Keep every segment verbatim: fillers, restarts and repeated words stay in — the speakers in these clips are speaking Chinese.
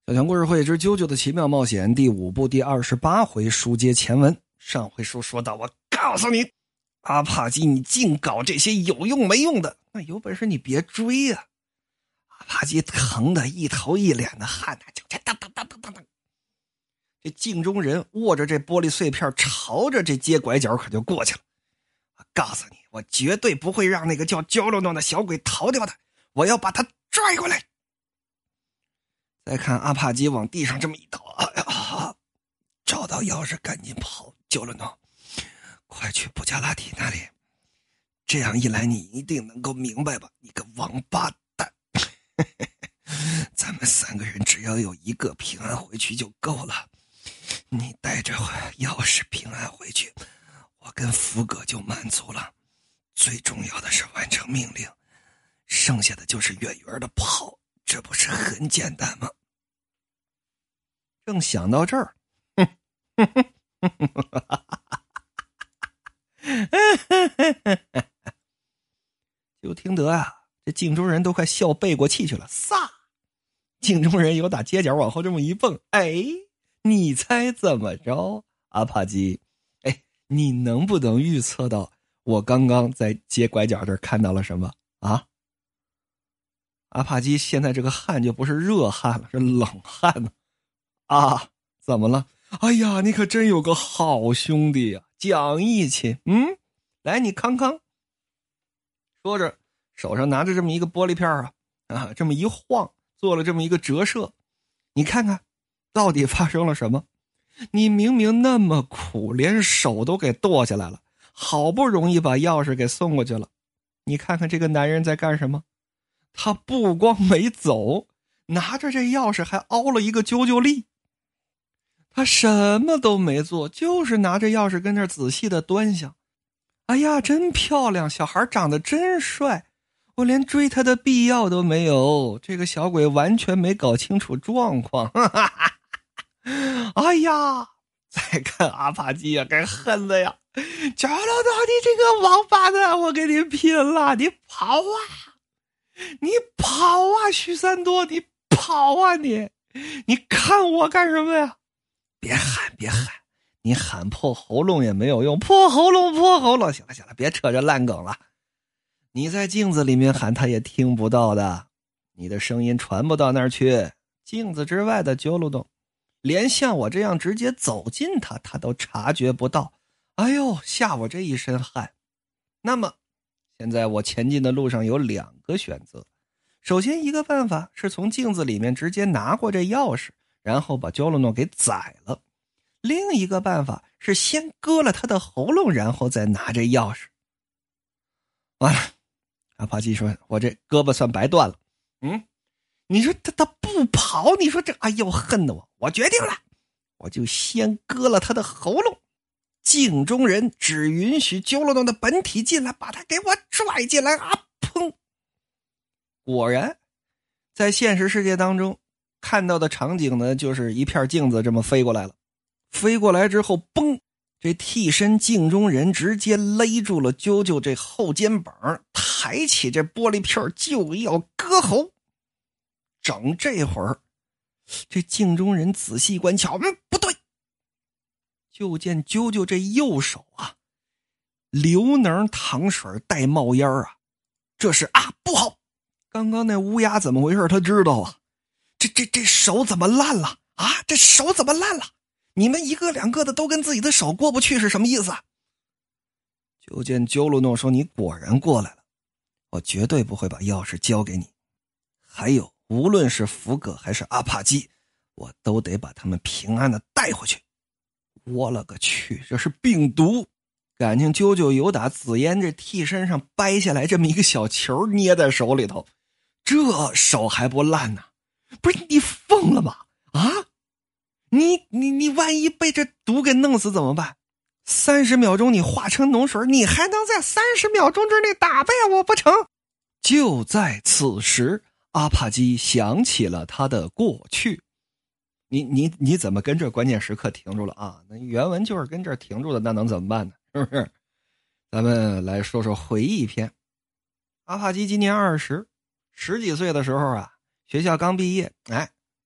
小强故事会之啾啾的奇妙冒险第五部第二十八回书接前文。上回书说到，我告诉你，阿帕基你净搞这些有用没用的，那有本事你别追呀、啊！阿帕基疼得一头一脸的汗，就这当当当当当当。这镜中人握着这玻璃碎片，朝着这街拐角可就过去了。我告诉你，我绝对不会让那个叫焦罗诺的小鬼逃掉的，我要把他拽过来。再看阿帕基往地上这么一倒，哎呀，找到钥匙赶紧跑，焦罗诺，快去布加拉提那里。这样一来，你一定能够明白吧，你个王八蛋！咱们三个人只要有一个平安回去就够了。你带着钥匙平安回去，我跟福哥就满足了。最重要的是完成命令，剩下的就是远远的跑，这不是很简单吗？正想到这儿，就听得啊，这镜中人都快笑背过气去了。撒，镜中人有打街角往后这么一蹦，哎，你猜怎么着？阿帕基，哎，你能不能预测到我刚刚在街拐角这儿看到了什么啊？阿帕基现在这个汗就不是热汗了，是冷汗了。啊，怎么了？哎呀，你可真有个好兄弟呀、啊，讲义气。嗯，来，你康康。说着，手上拿着这么一个玻璃片啊，啊，这么一晃，做了这么一个折射。你看看，到底发生了什么？你明明那么苦，连手都给剁下来了，好不容易把钥匙给送过去了。你看看这个男人在干什么？他不光没走，拿着这钥匙还凹了一个啾啾力。他什么都没做，就是拿着钥匙跟那儿仔细的端详。哎呀，真漂亮，小孩长得真帅，我连追他的必要都没有。这个小鬼完全没搞清楚状况。哎呀，再看阿帕基呀，该恨的呀！焦罗诺，你这个王八蛋，我跟你拼了！你跑啊！你跑啊，许三多，你跑啊你！你看我干什么呀？别喊别喊，你喊破喉咙也没有用，破喉咙破喉咙，行了行了，别扯这烂梗了。你在镜子里面喊他也听不到的，你的声音传不到那儿去。镜子之外的焦罗诺，连像我这样直接走近他，他都察觉不到。哎呦，吓我这一身汗。那么现在我前进的路上有两个选择，首先一个办法是从镜子里面直接拿过这钥匙，然后把焦罗诺给宰了。另一个办法是先割了他的喉咙，然后再拿这钥匙。完了，阿帕基说，我这胳膊算白断了。嗯，你说他他不跑，你说这，哎呦，恨得我，我决定了，我就先割了他的喉咙。镜中人只允许焦罗诺的本体进来，把他给我拽进来啊！砰！果然，在现实世界当中看到的场景呢，就是一片镜子这么飞过来了。飞过来之后，嘣！这替身镜中人直接勒住了啾啾这后肩膀，抬起这玻璃片就要割喉。整这会儿，这镜中人仔细观瞧，嗯，不对。就见啾啾这右手啊，流能淌水带冒烟啊，这是啊不好！刚刚那乌鸦怎么回事？他知道啊，这这这手怎么烂了啊？这手怎么烂了？你们一个两个的都跟自己的手过不去是什么意思啊？就见焦罗诺说：“你果然过来了，我绝对不会把钥匙交给你。还有，无论是福哥还是阿帕基，我都得把他们平安的带回去。”我了个去，这是病毒！感情啾啾有打紫烟这替身上掰下来这么一个小球捏在手里头，这手还不烂呢？不是你疯了吗？啊，你你你万一被这毒给弄死怎么办？三十秒钟你化成脓水，你还能在三十秒钟之内打败我不成？就在此时，阿帕基想起了他的过去。你你你怎么跟这关键时刻停住了啊？那原文就是跟这儿停住的，那能怎么办呢？是不是？咱们来说说回忆篇。阿帕基今年二十，十几岁的时候啊，学校刚毕业，哎，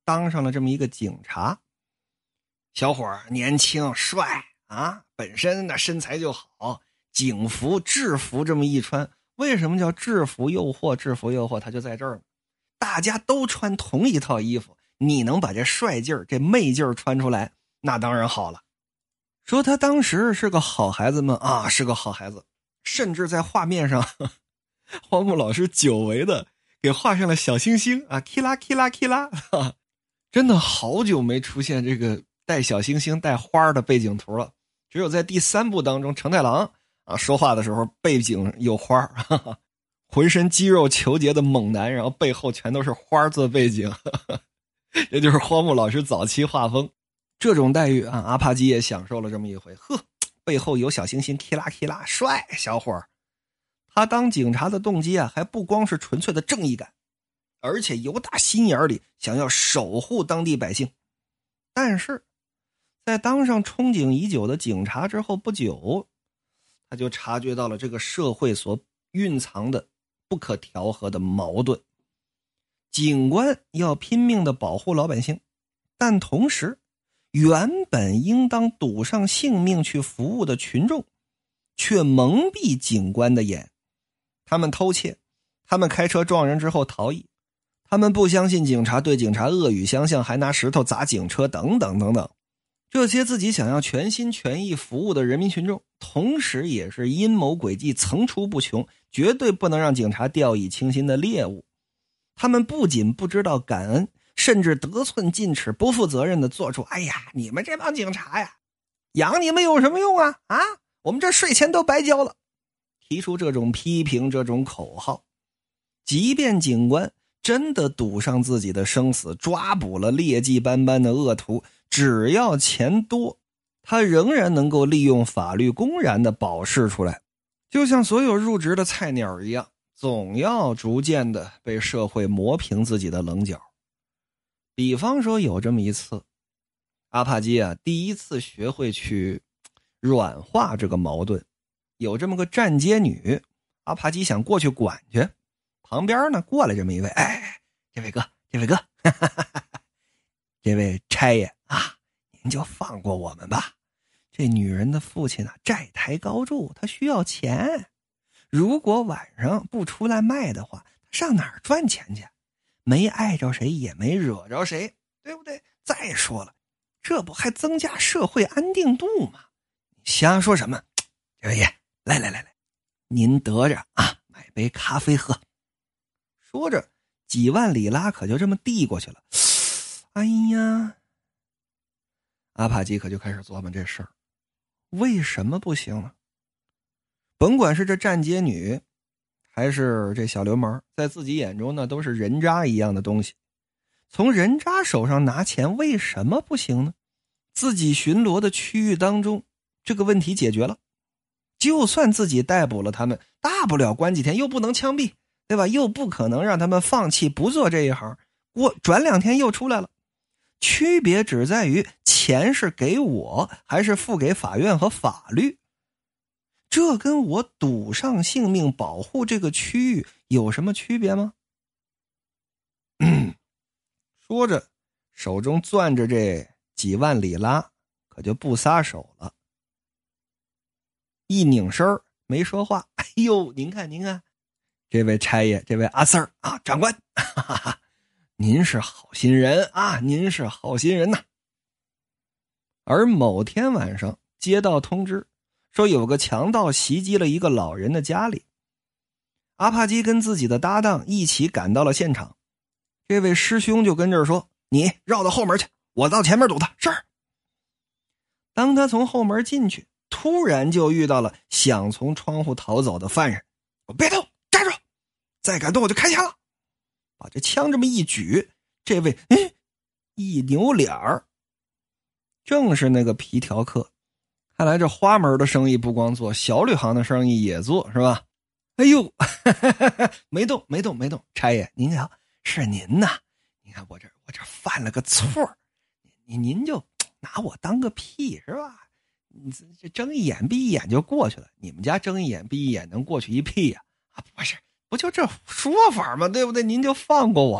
当上了这么一个警察。小伙儿年轻帅啊，本身的身材就好，警服制服这么一穿，为什么叫制服诱惑？制服诱惑它就在这儿呢，大家都穿同一套衣服，你能把这帅劲儿这媚劲儿穿出来，那当然好了。说他当时是个好孩子们啊，是个好孩子，甚至在画面上呵呵荒木老师久违的给画上了小星星啊 ，kila kila kila， 真的好久没出现这个带小星星带花的背景图了，只有在第三部当中成太郎啊说话的时候背景有花，哈哈，浑身肌肉虬结的猛男，然后背后全都是花做背景，呵呵，这就是荒木老师早期画风。这种待遇啊，阿帕基也享受了这么一回。呵，背后有小星星 kila kila， 帅小伙儿。他当警察的动机啊，还不光是纯粹的正义感，而且由打心眼里想要守护当地百姓。但是在当上憧憬已久的警察之后不久，他就察觉到了这个社会所蕴藏的不可调和的矛盾。警官要拼命的保护老百姓，但同时原本应当赌上性命去服务的群众却蒙蔽警官的眼，他们偷窃，他们开车撞人之后逃逸，他们不相信警察，对警察恶语相向，还拿石头砸警车等等等等。这些自己想要全心全意服务的人民群众，同时也是阴谋诡计层出不穷，绝对不能让警察掉以轻心的猎物。他们不仅不知道感恩，甚至得寸进尺，不负责任的做出哎呀你们这帮警察呀，养你们有什么用啊啊，我们这税钱都白交了，提出这种批评，这种口号。即便警官真的赌上自己的生死，抓捕了劣迹斑斑的恶徒，只要钱多，他仍然能够利用法律公然的保释出来，就像所有入职的菜鸟一样，总要逐渐的被社会磨平自己的棱角。比方说有这么一次，阿帕基啊第一次学会去软化这个矛盾，有这么个站街女，阿帕基想过去管去，旁边呢过来这么一位，哎，这位哥，这位哥，哈哈哈哈，这位差爷啊，您就放过我们吧。这女人的父亲啊债台高筑，他需要钱，如果晚上不出来卖的话，他上哪儿赚钱去？没碍着谁，也没惹着谁，对不对？再说了，这不还增加社会安定度吗？瞎说什么？这位爷，来来来来，您得着啊，买杯咖啡喝。说着，几万里拉可就这么递过去了。哎呀，阿帕基可就开始琢磨这事儿，为什么不行呢？甭管是这站街女还是这小流氓，在自己眼中呢都是人渣一样的东西，从人渣手上拿钱为什么不行呢？自己巡逻的区域当中这个问题解决了，就算自己逮捕了他们，大不了关几天，又不能枪毙，对吧？又不可能让他们放弃不做这一行，过转两天又出来了。区别只在于钱是给我还是付给法院和法律，这跟我赌上性命保护这个区域有什么区别吗？嗯，说着手中攥着这几万里拉，可就不撒手了，一拧身没说话。哎呦，您看您看，这位差爷，这位阿 Sir 啊，长官，哈哈哈，您是好心人啊，您是好心人呐。而某天晚上接到通知，说有个强盗袭击了一个老人的家里，阿帕基跟自己的搭档一起赶到了现场。这位师兄就跟这儿说，你绕到后门去，我到前面堵他。是。当他从后门进去，突然就遇到了想从窗户逃走的犯人。我别动，站住，再敢动我就开枪了。把这枪这么一举，这位嗯一扭脸儿，正是那个皮条客。看来这花门的生意不光做，小旅行的生意也做，是吧？哎呦，呵呵呵，没动没动没动，差爷您好，是您呐。你看我这我这犯了个错，您您就拿我当个屁是吧？你这睁一眼闭一眼就过去了，你们家睁一眼闭一眼能过去一屁呀？啊，不是，不就这说法吗？对不对？您就放过我吧，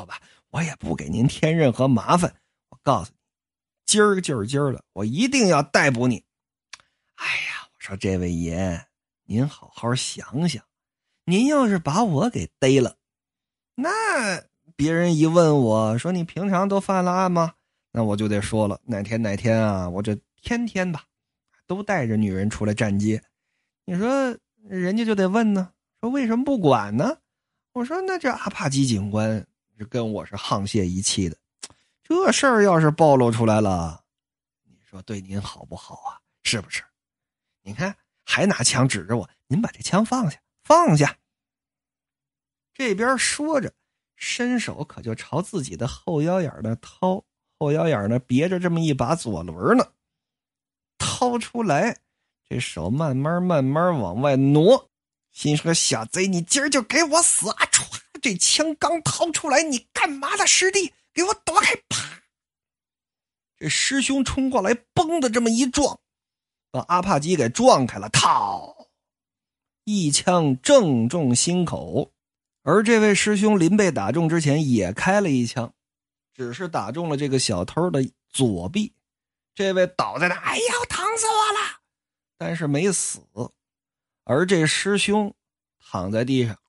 我也不给您添任何麻烦。我告诉你，今儿就是今儿了，我一定要逮捕你。哎呀，我说这位爷，您好好想想，您要是把我给逮了，那别人一问我说你平常都犯了案吗？那我就得说了，哪天哪天啊，我这天天吧都带着女人出来站街。你说人家就得问呢，说为什么不管呢？我说那这阿帕基警官是跟我是沆瀣一气的，这事儿要是暴露出来了，你说对您好不好啊？是不是？你看还拿枪指着我，您把这枪放下，放下。这边说着，伸手可就朝自己的后腰眼那掏，后腰眼那别着这么一把左轮呢，掏出来，这手慢慢慢慢往外挪，心说小贼，你今儿就给我死啊！唰，这枪刚掏出来，你干嘛的师弟？给我躲开！啪！这师兄冲过来，嘣的这么一撞，把阿帕基给撞开了，套一枪正中心口。而这位师兄临被打中之前也开了一枪，只是打中了这个小偷的左臂。这位倒在那，哎呀，疼死我了，但是没死。而这师兄躺在地上，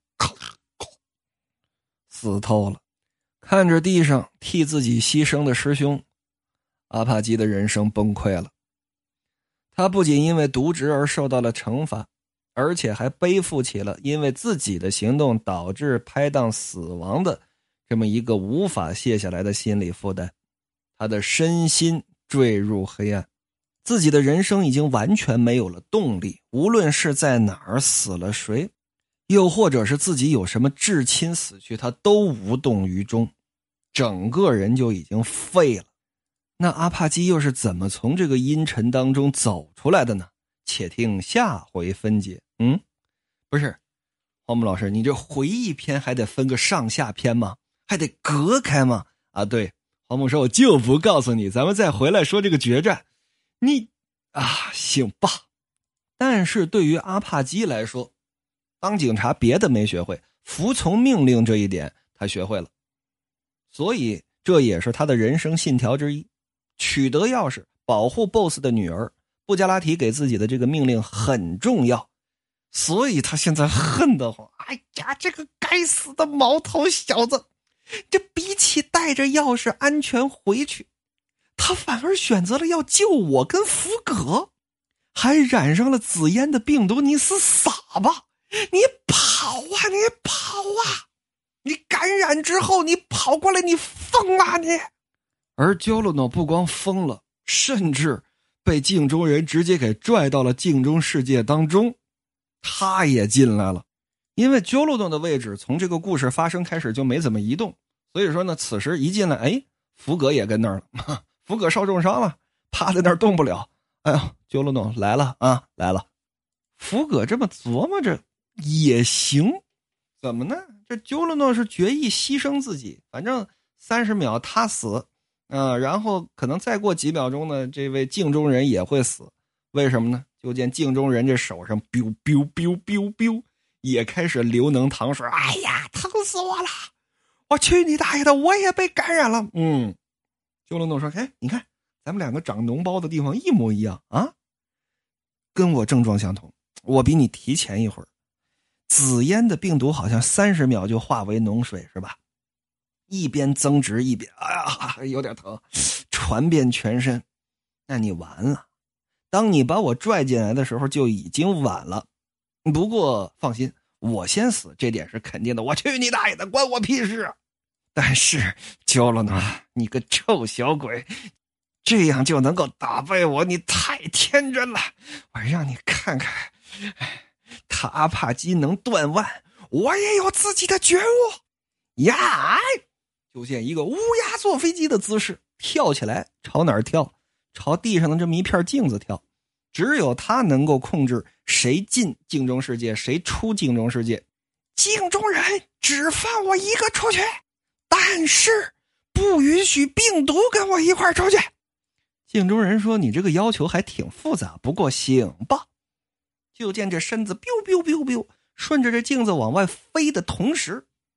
死透了。看着地上替自己牺牲的师兄，阿帕基的人生崩溃了。他不仅因为渎职而受到了惩罚，而且还背负起了因为自己的行动导致拍档死亡的这么一个无法卸下来的心理负担。他的身心坠入黑暗，自己的人生已经完全没有了动力，无论是在哪儿死了谁，又或者是自己有什么至亲死去，他都无动于衷，整个人就已经废了。那阿帕基又是怎么从这个阴沉当中走出来的呢？且听下回分解。嗯，不是，黄木老师，你这回忆篇还得分个上下篇吗？还得隔开吗？啊，对，黄木说我就不告诉你，咱们再回来说这个决战。你啊，行吧。但是对于阿帕基来说，当警察别的没学会，服从命令这一点他学会了，所以这也是他的人生信条之一。取得钥匙，保护 boss 的女儿，布加拉提给自己的这个命令很重要，所以他现在恨得慌。哎呀，这个该死的毛头小子，这比起带着钥匙安全回去，他反而选择了要救我跟福格，还染上了紫烟的病毒。你是傻吧？你跑啊，你跑啊！你感染之后你跑过来，你疯啊你！而焦洛诺不光疯了，甚至被镜中人直接给拽到了镜中世界当中，他也进来了。因为焦洛诺的位置从这个故事发生开始就没怎么移动，所以说呢，此时一进来，哎，福格也跟那儿了，福格受重伤了，趴在那儿动不了。哎呦，焦洛诺来了啊，来了。福格这么琢磨着也行，怎么呢？这焦洛诺是决意牺牲自己，反正三十秒他死，呃，然后可能再过几秒钟呢，这位镜中人也会死。为什么呢？就见镜中人这手上 biu biu biu biu biu 也开始流能糖水。哎呀，疼死我了！我去你大爷的，我也被感染了。嗯，焦洛诺说：“哎，你看咱们两个长脓包的地方一模一样啊，跟我症状相同，我比你提前一会儿。紫烟的病毒好像三十秒就化为脓水是吧？一边增殖一边，哎呀，有点疼，传遍全身。那你完了。当你把我拽进来的时候就已经晚了。不过放心，我先死这点是肯定的。我去你大爷的，关我屁事！但是焦洛诺，你个臭小鬼，这样就能够打败我，你太天真了。我让你看看，他阿帕基能断腕，我也有自己的觉悟呀！就见一个乌鸦坐飞机的姿势跳起来，朝哪儿跳？朝地上的这么一片镜子跳。只有他能够控制谁进镜中世界，谁出镜中世界。镜中人只放我一个出去，但是不允许病毒跟我一块出去。镜中人说：“你这个要求还挺复杂，不过行吧。”就见这身子 biu biu biu biu 顺着这镜子往外飞的同时，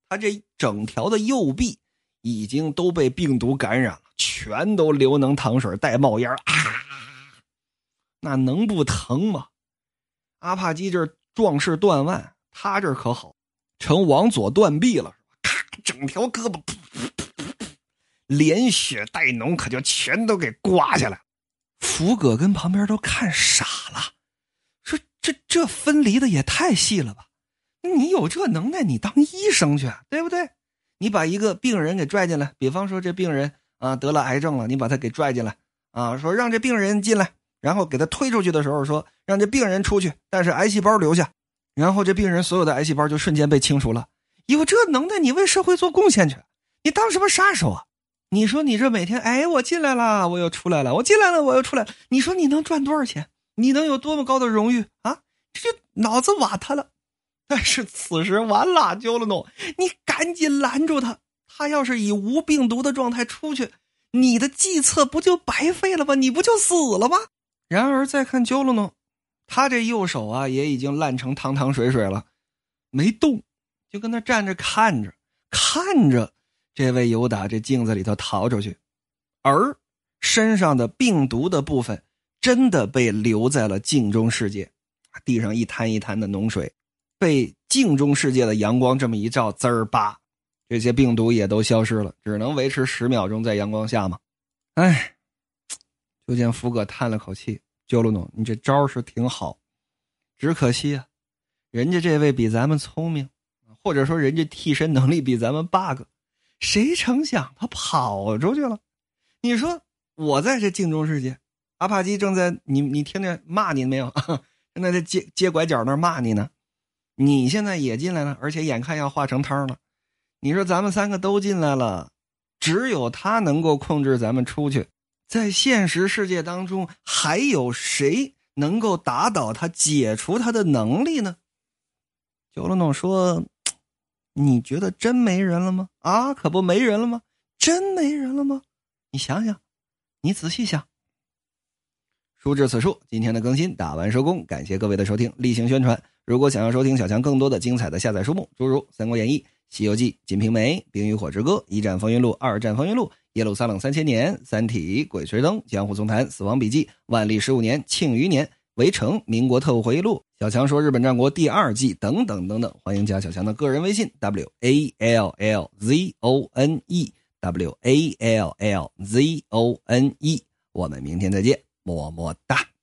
他这整条的右臂已经都被病毒感染了，全都流能淌水带冒烟啊，那能不疼吗？阿帕基这壮士断腕，他这可好，成往左断臂了，咔，整条胳膊噗噗噗噗噗连血带脓，可就全都给刮下来了。福葛跟旁边都看傻了，说这这分离的也太细了吧，你有这能耐你当医生去，对不对？你把一个病人给拽进来，比方说这病人啊得了癌症了，你把他给拽进来啊，说让这病人进来，然后给他推出去的时候说让这病人出去，但是癌细胞留下，然后这病人所有的癌细胞就瞬间被清除了。有这能耐你为社会做贡献去，你当什么杀手啊？你说你这每天哎我进来了我又出来了，我进来了我又出来了，你说你能赚多少钱？你能有多么高的荣誉啊？这就脑子瓦塌了。但是此时完了，揪了弄，你赶紧拦住他，他要是以无病毒的状态出去，你的计策不就白费了吗？你不就死了吗？然而再看揪了弄，他这右手啊也已经烂成汤汤水水了，没动，就跟那站着看着看着这位犹达这镜子里头逃出去，而身上的病毒的部分真的被留在了镜中世界，地上一滩一滩的脓水被镜中世界的阳光这么一照，滋儿吧，这些病毒也都消失了，只能维持十秒钟在阳光下嘛。哎，就见福葛叹了口气，揪了弄，你这招是挺好，只可惜啊，人家这位比咱们聪明，或者说人家替身能力比咱们 bug， 谁成想他跑出去了。你说我在这镜中世界，阿帕基正在你你听见骂你没有？正在这接接拐角那儿骂你呢。你现在也进来了，而且眼看要化成汤了。你说咱们三个都进来了，只有他能够控制咱们出去，在现实世界当中还有谁能够打倒他解除他的能力呢？九龙弄说，你觉得真没人了吗？啊，可不没人了吗？真没人了吗？你想想，你仔细想。书至此处，今天的更新打完收工，感谢各位的收听，例行宣传。如果想要收听小强更多的精彩的下载书目，诸如《三国演义》、《西游记》、《金瓶梅》、《冰与火之歌》、《一战风云录》、《二战风云录》、《耶路撒冷三千年》、《三体》、《鬼吹灯》、《江湖丛谈》、《死亡笔记》、《万历十五年》、《庆余年》、《围城》、《民国特务回忆录》、《小强说日本战国》第二季等等等等。欢迎加小强的个人微信 W A L L Z O N E W A L L Z O N E， 我们明天再见，么么哒。